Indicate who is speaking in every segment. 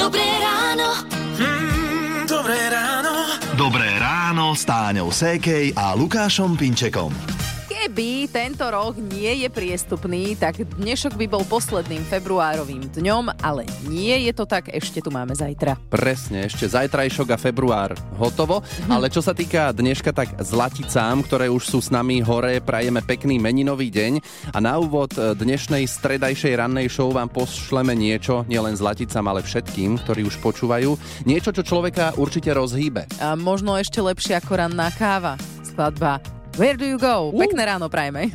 Speaker 1: Dobré ráno.
Speaker 2: Dobré ráno.
Speaker 3: Dobré ráno s Táňou Sékej a Lukášom Pinčekom.
Speaker 4: Keby tento rok nie je priestupný, tak dnešok by bol posledným februárovým dňom, ale nie je to tak, ešte tu máme zajtra.
Speaker 5: Presne, ešte zajtrajšok a február hotovo, ale čo sa týka dneška, tak zlaticám, ktoré už sú s nami hore, prajeme pekný meninový deň a na úvod dnešnej stredajšej rannej show vám pošleme niečo, nielen zlaticám, ale všetkým, ktorí už počúvajú, niečo, čo človeka určite rozhýbe.
Speaker 4: A možno ešte lepšie ako ranná káva. Skladba Where do you go? Pekné ráno prajme.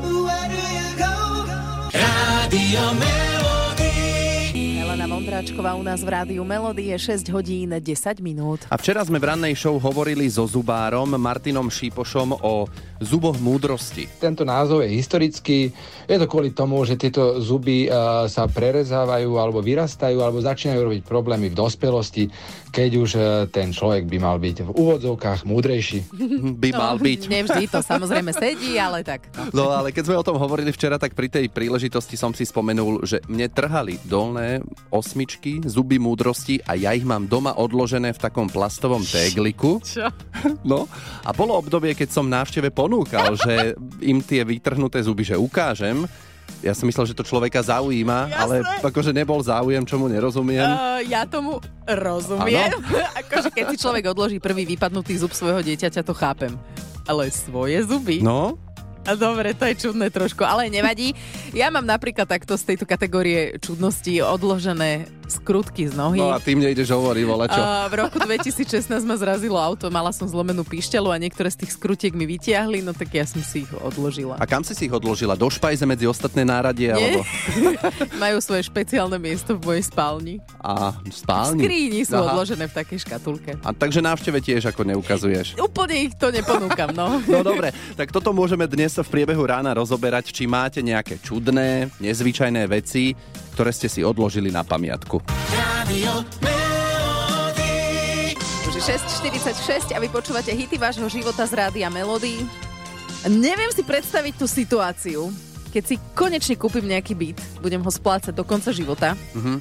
Speaker 2: Rádio Melody.
Speaker 4: Elena Vondráčková u nás v Rádiu Melody je 6 hodín 10 minút.
Speaker 5: A včera sme v rannej show hovorili so zubárom Martinom Šípošom o zuboch múdrosti.
Speaker 6: Tento názov je historický. Je to kvôli tomu, že tieto zuby sa prerezávajú alebo vyrastajú alebo začínajú robiť problémy v dospelosti, keď už ten človek by mal byť v úvodzovkách múdrejší.
Speaker 5: Mal byť.
Speaker 4: Nevždy to samozrejme sedí, ale tak.
Speaker 5: No ale keď sme o tom hovorili včera, tak pri tej príležitosti som si spomenul, že mne trhali dolné osmičky, zuby múdrosti a ja ich mám doma odložené v takom plastovom tégliku.
Speaker 4: Čo?
Speaker 5: No a bolo obdobie, keď som návšteve ponúkal, že im tie vytrhnuté zuby, že ukážem. Ja som myslel, že to človeka zaujíma, ale akože nebol záujem, čomu nerozumiem.
Speaker 4: Ja tomu rozumiem. Akože keď si človek odloží prvý vypadnutý zub svojho dieťaťa, to chápem. Ale svoje zuby?
Speaker 5: No?
Speaker 4: A dobre, to je čudné trošku, ale nevadí. Ja mám napríklad takto z tejto kategórie čudnosti odložené skrutky z nohy.
Speaker 5: No a ty mne ideš hovoriť, volačo.
Speaker 4: V roku 2016 ma zrazilo auto, mala som zlomenú pišťalu a niektoré z tých skrutiek mi vytiahli, no tak ja som si ich odložila.
Speaker 5: A kam si ich odložila? Do špajze medzi ostatné náradie? Alebo...
Speaker 4: Majú svoje špeciálne miesto v mojej spálni.
Speaker 5: A v spálni?
Speaker 4: V skríni sú odložené v takej škatulke.
Speaker 5: A takže návšteve tiež ako neukazuješ?
Speaker 4: Úplne ich to neponúkam, no.
Speaker 5: No dobre, tak toto môžeme dnes v priebehu rána rozoberať, či máte nejaké čudné, nezvyčajné veci, ktoré ste si odložili na pamiatku.
Speaker 2: Rádio Melody.
Speaker 4: Už je 6:46 a vy počúvate hity vášho života z Rádia Melody. Neviem si predstaviť tú situáciu, keď si konečne kúpim nejaký byt, budem ho splácať do konca života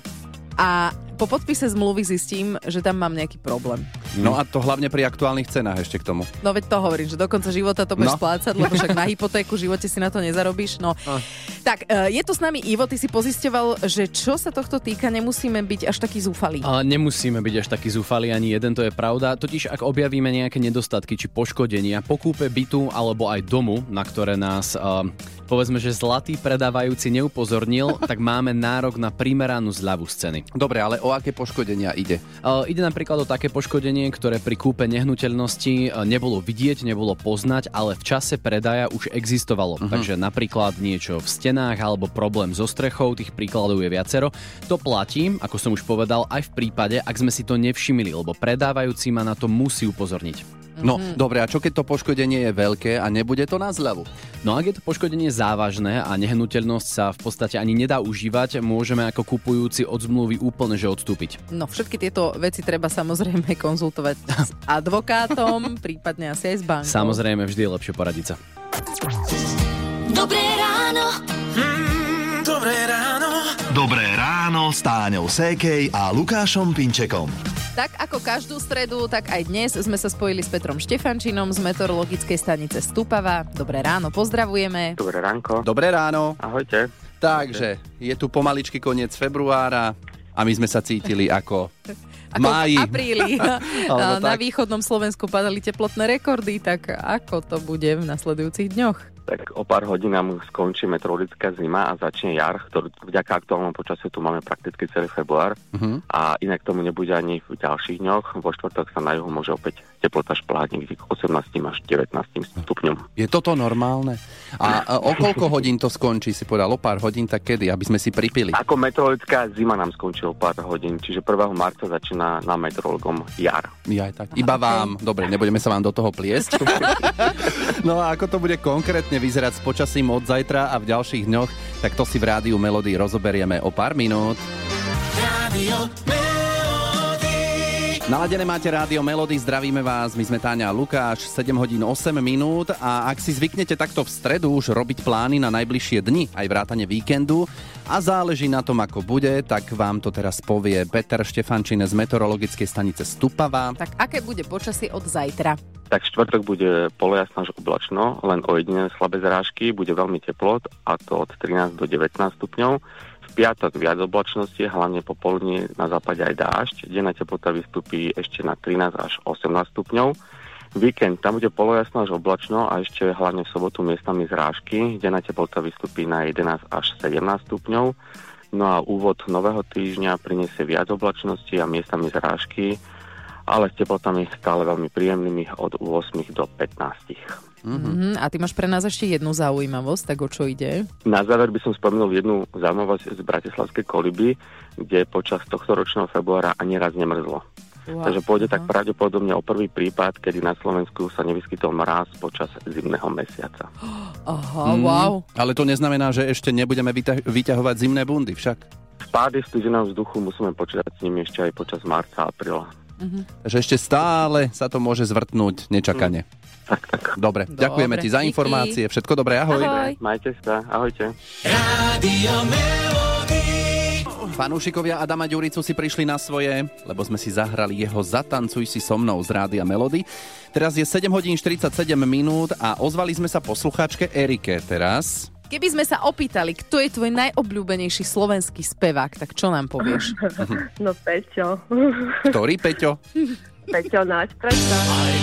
Speaker 4: a po podpise zmluvy zistím, že tam mám nejaký problém.
Speaker 5: No a to hlavne pri aktuálnych cenách ešte k tomu.
Speaker 4: No veď to hovorím, že do konca života to budeš splácať, lebo však na hypotéku v živote si na to nezarobíš. No. Tak, je tu s nami Ivo, ty si pozisťoval, že čo sa tohto týka, nemusíme byť až taký zúfalí.
Speaker 7: Nemusíme byť až taký zúfalí, ani jeden, to je pravda. Totiž ak objavíme nejaké nedostatky či poškodenia po kúpe bytu alebo aj domu, na ktoré nás povedzme, že zlatý predávajúci neupozornil, tak máme nárok na primeranú zľavu z ceny.
Speaker 5: Dobre, ale o aké poškodenia ide?
Speaker 7: Ide napríklad o také poškodenie, ktoré pri kúpe nehnuteľnosti nebolo vidieť, nebolo poznať, ale v čase predaja už existovalo. Takže napríklad niečo v stenách alebo problém so strechou, tých príkladov je viacero. To platí, ako som už povedal, aj v prípade, ak sme si to nevšimli, lebo predávajúci ma na to musí upozorniť.
Speaker 5: No, dobre, a čo keď to poškodenie je veľké a nebude to na zľavu?
Speaker 7: No ak je to poškodenie závažné a nehnuteľnosť sa v podstate ani nedá užívať, môžeme ako kupujúci od zmluvy úplne že odstúpiť.
Speaker 4: No všetky tieto veci treba samozrejme konzultovať s advokátom, prípadne asi aj s bankou.
Speaker 7: Samozrejme, vždy je lepšie poradiť sa.
Speaker 1: Dobré ráno.
Speaker 2: Dobré ráno.
Speaker 3: Dobré ráno s Táňou Sékej a Lukášom Pinčekom.
Speaker 4: Tak ako každú stredu, tak aj dnes sme sa spojili s Petrom Štefančinom z meteorologickej stanice Stupava. Dobré ráno, pozdravujeme.
Speaker 8: Dobré ránko.
Speaker 5: Dobré ráno.
Speaker 8: Ahojte.
Speaker 5: Takže, je tu pomaličky koniec februára a my sme sa cítili ako
Speaker 4: v apríli. Na východnom Slovensku padali teplotné rekordy, tak ako to bude v nasledujúcich dňoch?
Speaker 8: Tak o pár hodín nám skončí meteorologická zima a začne jar, ktorú vďaka aktuálnom počasiu tu máme prakticky celý február. A inak tomu nebude ani v ďalších dňoch. Vo štvrtok sa na juhu môže opäť teplota šplhať niekde k 18 až 19 stupňom.
Speaker 5: Je toto normálne? A o koľko hodín to skončí, si povedal? O pár hodín, tak kedy? Aby sme si pripili.
Speaker 8: Ako meteorologická zima nám skončí o pár hodín, čiže 1. marca začína na meteorologom jar.
Speaker 5: Jaj, tak. Iba vám. Dobre, nebudeme sa vám do toho pliesť. No a ako to bude konkrétne vyzerať s počasím od zajtra a v ďalších dňoch, tak to si v Rádiu Melody rozoberieme o pár minút.
Speaker 2: Rádio Melody.
Speaker 5: Naladené máte Rádio Melody, zdravíme vás, my sme Táňa a Lukáš, 7 hodín 8 minút a ak si zvyknete takto v stredu už robiť plány na najbližšie dni, aj vrátane víkendu a záleží na tom, ako bude, tak vám to teraz povie Peter Štefančín z meteorologickej stanice Stupava.
Speaker 4: Tak aké bude počasie od zajtra?
Speaker 8: Tak štvrtok bude polojasno až oblačno, len ojedinele slabé zrážky, bude veľmi teplo, a to od 13 do 19 stupňov. V piatok viac oblačnosti, hlavne popoludní na západe aj dážď. Denná teplota vystúpi ešte na 13 až 18 stupňov. Víkend, tam bude polojasno až oblačno a ešte hlavne v sobotu miestami zrážky. Denná teplota vystúpi na 11 až 17 stupňov. No a úvod nového týždňa prinesie viac oblačnosti a miestami zrážky, ale s teplotami stále veľmi príjemnými od 8 do 15.
Speaker 4: A ty máš pre nás ešte jednu zaujímavosť, tak o čo ide?
Speaker 8: Na záver by som spomenul jednu zaujímavosť z Bratislavskej Koliby, kde počas tohto ročného februára ani raz nemrzlo. Wow. Takže pôjde tak pravdepodobne o prvý prípad, kedy na Slovensku sa nevyskytol mráz počas zimného mesiaca.
Speaker 4: Wow.
Speaker 5: Ale to neznamená, že ešte nebudeme vyťahovať zimné bundy však.
Speaker 8: Vpády studeného vzduchu musíme počítať s nimi ešte aj počas marca a apríla.
Speaker 5: Takže ešte stále sa to môže zvrtnúť nečakane.
Speaker 8: Tak.
Speaker 5: Dobre, ďakujeme ti za informácie. Všetko dobré, ahoj.
Speaker 4: Ahoj.
Speaker 8: Majte sa, ahojte.
Speaker 2: Rádio Melody.
Speaker 5: Fanúšikovia Adama Ďuricu si prišli na svoje, lebo sme si zahrali jeho Zatancuj si so mnou z Rádia Melody. Teraz je 7 hodín 47 minút a ozvali sme sa poslucháčke Erike teraz.
Speaker 4: Keby sme sa opýtali, kto je tvoj najobľúbenejší slovenský spevák, tak čo nám povieš?
Speaker 9: No Peťo.
Speaker 5: Ktorý Peťo?
Speaker 9: Peťo náš prečo.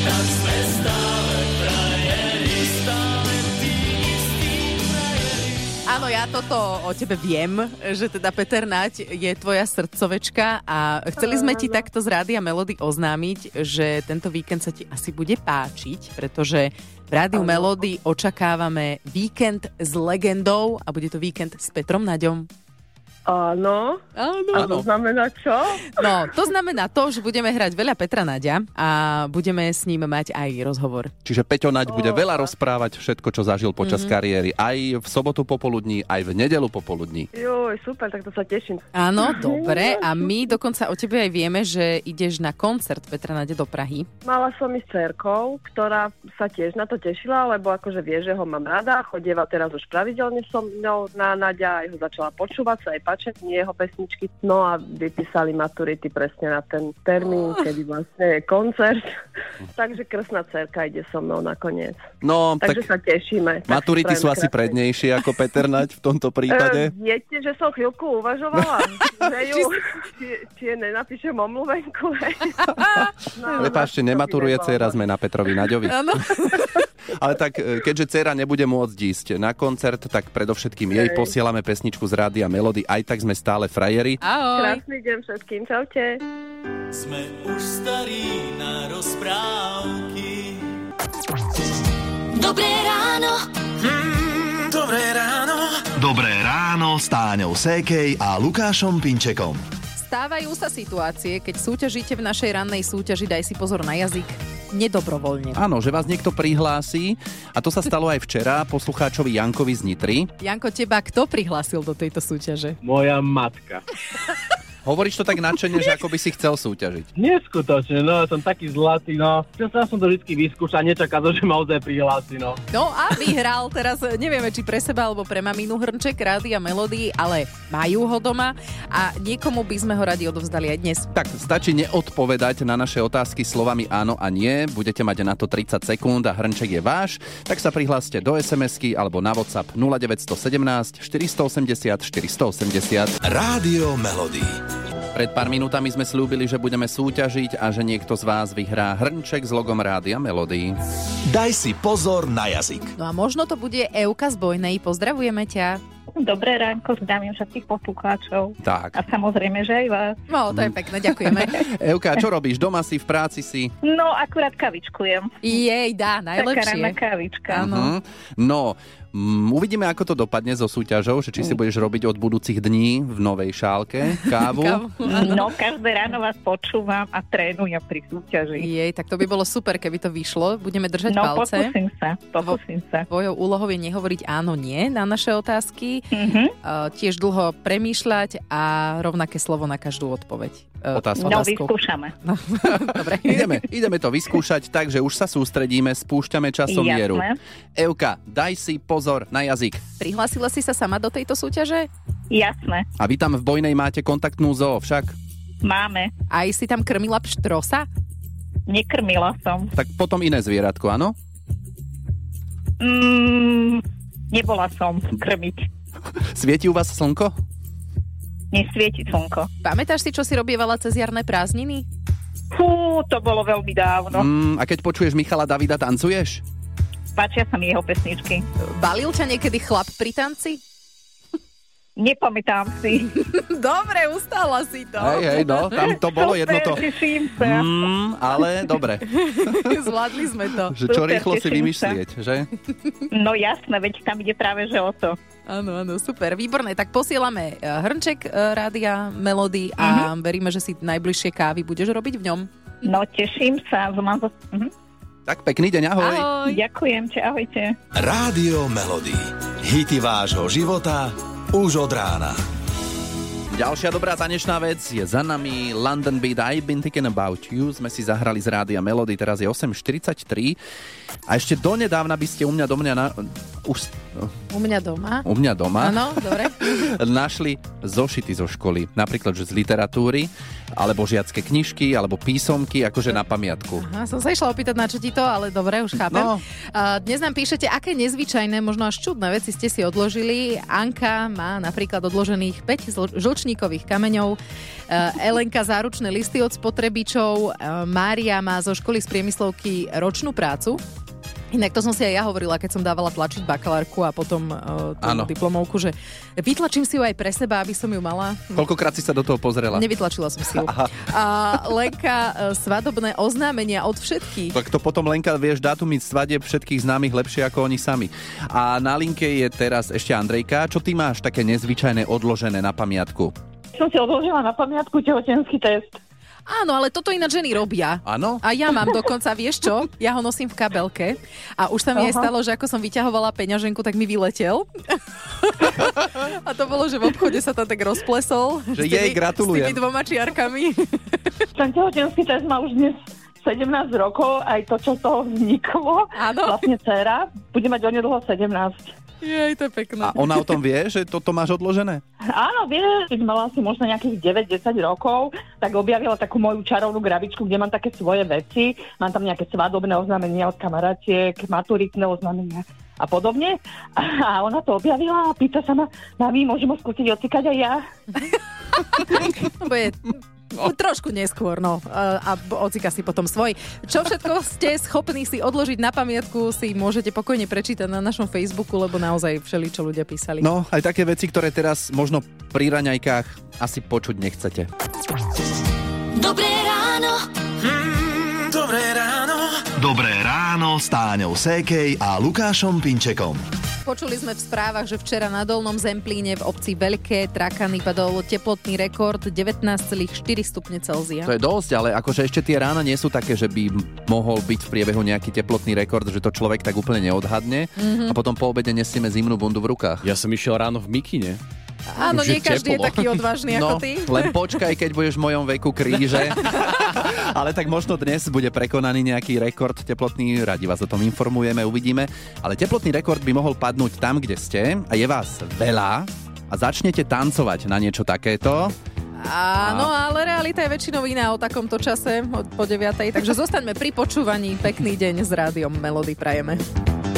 Speaker 4: Áno, ja toto o tebe viem, že teda Peter Naď je tvoja srdcovečka a chceli sme ti takto z Rádia Melody oznámiť, že tento víkend sa ti asi bude páčiť, pretože v Rádiu Melody očakávame víkend s legendou a bude to víkend s Petrom Naďom.
Speaker 9: Áno. A to znamená čo?
Speaker 4: No, to znamená to, že budeme hrať veľa Petra Naďa a budeme s ním mať aj rozhovor.
Speaker 5: Čiže Peťo Naď bude veľa rozprávať všetko, čo zažil počas kariéry. Aj v sobotu popoludní, aj v nedeľu popoludní.
Speaker 9: Joj, super, tak to sa teším.
Speaker 4: Áno, dobre. A my dokonca o tebe aj vieme, že ideš na koncert Petra Naďa do Prahy.
Speaker 9: Mala som ísť s dcerkou, ktorá sa tiež na to tešila, lebo akože vie, že ho mám rada. Chodieva teraz už pravidelne so mnou na Naďa, aj ho začala počúvať, sa aj páčiť jeho pesničky. No a vypísali maturity presne na ten termín, kedy vlastne je koncert. Takže krstná dcerka ide so mnou nakoniec.
Speaker 5: No,
Speaker 9: takže sa tešíme.
Speaker 5: Maturity sú asi prednejšie ako Peter Naď v tomto prípade?
Speaker 9: Viete, že som chvíľku uvažovala, či nenapíšem omluvenku.
Speaker 5: Prepáčte, nematuruje dcera, sme na Petrovi Naďovi. Ale tak, keďže dcera nebude môcť ísť na koncert, tak predovšetkým jej posielame pesničku z Rádia Melody, aj tak sme stále frajeri.
Speaker 4: Ahoj.
Speaker 9: Krásny deň všetkým, čaute.
Speaker 2: Sme už starí na rozprávky.
Speaker 1: Dobré ráno.
Speaker 2: Dobré ráno.
Speaker 3: Dobré ráno s Táňou Sékej a Lukášom Pinčekom.
Speaker 4: Stávajú sa situácie, keď súťažíte v našej rannej súťaži, daj si pozor na jazyk, nedobrovoľne.
Speaker 5: Áno, že vás niekto prihlási a to sa stalo aj včera poslucháčovi Jankovi z Nitry.
Speaker 4: Janko, teba kto prihlásil do tejto súťaže?
Speaker 10: Moja matka.
Speaker 5: Hovoríš to tak nadšene, že ako by si chcel súťažiť.
Speaker 10: Neskutočne, no, som taký zlatý, no. Ja som to vždy vyskúšal, nečaká to, že ma ozaj prihlási, no.
Speaker 4: No a vyhral teraz, nevieme, či pre seba alebo pre maminu hrnček Rádia Melody, ale majú ho doma a niekomu by sme ho radi odovzdali aj dnes.
Speaker 5: Tak, stačí neodpovedať na naše otázky slovami áno a nie. Budete mať na to 30 sekúnd a hrnček je váš. Tak sa prihláste do SMS-ky alebo na WhatsApp 0917 480 480.
Speaker 2: Rádio Melody.
Speaker 5: Pred pár minútami sme slúbili, že budeme súťažiť a že niekto z vás vyhrá hrnček s logom Rádia Melody.
Speaker 2: Daj si pozor na jazyk.
Speaker 4: No a možno to bude Euka z Bojnej. Pozdravujeme ťa.
Speaker 11: Dobré ránko, zdravím všetkých poslucháčov.
Speaker 5: Tak.
Speaker 11: A samozrejme, že aj vás.
Speaker 4: No, to je pekné, ďakujeme.
Speaker 5: Euka, čo robíš? Doma si, v práci si?
Speaker 11: No, akurát kavičkujem.
Speaker 4: Jej, dá, najlepšie.
Speaker 11: Taká ranná kavička.
Speaker 5: No, uvidíme, ako to dopadne so súťažou, že či si budeš robiť od budúcich dní v novej šálke kávu.
Speaker 11: No, každé ráno vás počúvam a trénujem pri súťaži.
Speaker 4: Jej, tak to by bolo super, keby to vyšlo. Budeme držať palce.
Speaker 11: Pokúsim sa.
Speaker 4: Tvojou úlohou je nehovoriť áno, nie na naše otázky. otázky, tiež dlho premýšľať a rovnaké slovo na každú odpoveď.
Speaker 11: No, vyskúšame.
Speaker 4: No, dobre.
Speaker 5: Ideme to vyskúšať, takže už sa sústredíme, spúšťame časomieru. Evka, daj si pozor na jazyk.
Speaker 4: Prihlásila si sa sama do tejto súťaže?
Speaker 11: Jasné.
Speaker 5: A vy tam v Bojnej máte kontaktnú zoo však?
Speaker 11: Máme.
Speaker 4: Aj si tam krmila pštrosa?
Speaker 11: Nekrmila som.
Speaker 5: Tak potom iné zvieratko, áno?
Speaker 11: Nebola som krmiť.
Speaker 5: Svieti u vás slnko?
Speaker 11: Nesvieti slnko.
Speaker 4: Pamätáš si, čo si robievala cez jarné prázdniny?
Speaker 11: Fú, to bolo veľmi dávno.
Speaker 5: A keď počuješ Michala Davida, tancuješ?
Speaker 11: Páčia sa mi jeho pesničky.
Speaker 4: Balil ťa niekedy chlap pri tanci?
Speaker 11: Nepamätám si.
Speaker 4: Dobre, ustála si to.
Speaker 5: Hej, no, tam to bolo jedno to.
Speaker 11: Teším sa.
Speaker 5: Ale dobre.
Speaker 4: Zvládli sme to.
Speaker 5: Že čo
Speaker 11: Super,
Speaker 5: rýchlo si
Speaker 11: teším
Speaker 5: vymyslieť, že?
Speaker 11: No jasné, veď tam ide práve že o to.
Speaker 4: Áno, super, výborné. Tak posielame hrnček Rádia Melody a veríme, že si najbližšie kávy budeš robiť v ňom.
Speaker 11: No, teším sa.
Speaker 5: Tak pekný deň, ahoj.
Speaker 4: Ahoj.
Speaker 11: Ďakujem, ahojte.
Speaker 2: Rádio Melody. Hity vášho života už od rána.
Speaker 5: Ďalšia dobrá tanečná vec je za nami. London Beat, I've been thinking about you. Sme si zahrali z Rádia Melody, teraz je 8:43. A ešte donedávna by ste u mňa
Speaker 4: U mňa doma?
Speaker 5: U mňa doma.
Speaker 4: Áno, dobre.
Speaker 5: Našli zošity zo školy. Napríklad, že z literatúry, alebo žiacké knižky, alebo písomky, akože na pamiatku.
Speaker 4: Aha, som sa išla opýtať, na čo ti to, ale dobre, už chápem.
Speaker 5: No.
Speaker 4: Dnes nám píšete, aké nezvyčajné, možno až čudné veci ste si odložili. Anka má napríklad odložených 5 žlčníkových kameňov, Elenka záručné listy od spotrebičov, Mária má zo školy z priemyslovky ročnú prácu. Inak to som si aj ja hovorila, keď som dávala tlačiť bakalárku a potom tú diplomovku, že vytlačím si ju aj pre seba, aby som ju mala.
Speaker 5: Koľkokrát si sa do toho pozrela?
Speaker 4: Nevytlačila som si ju. A Lenka, svadobné oznámenia od všetkých.
Speaker 5: Tak to potom, Lenka, vieš dátumy svadieb všetkých známych lepšie ako oni sami. A na linke je teraz ešte Andrejka. Čo ty máš také nezvyčajné odložené na pamiatku?
Speaker 11: Som si odložila na pamiatku tehotenský test.
Speaker 4: Áno, ale toto ináč ženy robia.
Speaker 5: Áno?
Speaker 4: A ja mám dokonca, vieš čo? Ja ho nosím v kabelke a už sa mi aj stalo, že ako som vyťahovala peňaženku, tak mi vyletel. A to bolo, že v obchode sa tam tak rozplesol.
Speaker 5: Že jej gratulujem.
Speaker 4: S tými 2 čiarkami.
Speaker 11: Ten tehotenský test má už dnes 17 rokov, aj to, čo z toho vzniklo.
Speaker 4: Áno.
Speaker 11: Vlastne dcera bude mať onedlho 17.
Speaker 4: Jej, to je pekné.
Speaker 5: A ona o tom vie, že toto máš odložené?
Speaker 11: Áno, vie, keď mala asi možno nejakých 9-10 rokov, tak objavila takú moju čarovnú grabičku, kde mám také svoje veci. Mám tam nejaké svadobné oznámenia od kamarátiek, maturitné oznámenia a podobne. A ona to objavila a pýta sa ma, mami, môžem ho skúsiť ocikať aj ja?
Speaker 4: Trošku neskôr, no. A ocika si potom svoj. Čo všetko ste schopní si odložiť na pamiatku, si môžete pokojne prečítať na našom Facebooku, lebo naozaj všeličo ľudia písali.
Speaker 5: No, aj také veci, ktoré teraz možno pri raňajkách asi počuť nechcete.
Speaker 1: Dobré ráno.
Speaker 2: Dobré ráno.
Speaker 3: Dobré ráno s Táňou Sékej a Lukášom Pinčekom.
Speaker 4: Počuli sme v správach, že včera na Dolnom Zemplíne v obci Veľké Trakany padol teplotný rekord 19,4 stupne Celzia.
Speaker 5: To je dosť, ale akože ešte tie rána nie sú také, že by mohol byť v priebehu nejaký teplotný rekord, že to človek tak úplne neodhadne a potom po obede nesieme zimnú bundu v rukách.
Speaker 7: Ja som išiel ráno v mikine.
Speaker 4: Áno, nie každý je taký odvážny ako ty.
Speaker 5: Len počkaj, keď budeš v mojom veku kríže. Ale tak možno dnes bude prekonaný nejaký rekord teplotný, radi vás o tom informujeme, uvidíme. Ale teplotný rekord by mohol padnúť tam, kde ste a je vás veľa a začnete tancovať na niečo takéto.
Speaker 4: Áno, ale realita je väčšinou iná o takomto čase po 9:00, takže zostaňme pri počúvaní. Pekný deň s Rádiom Melody prajeme.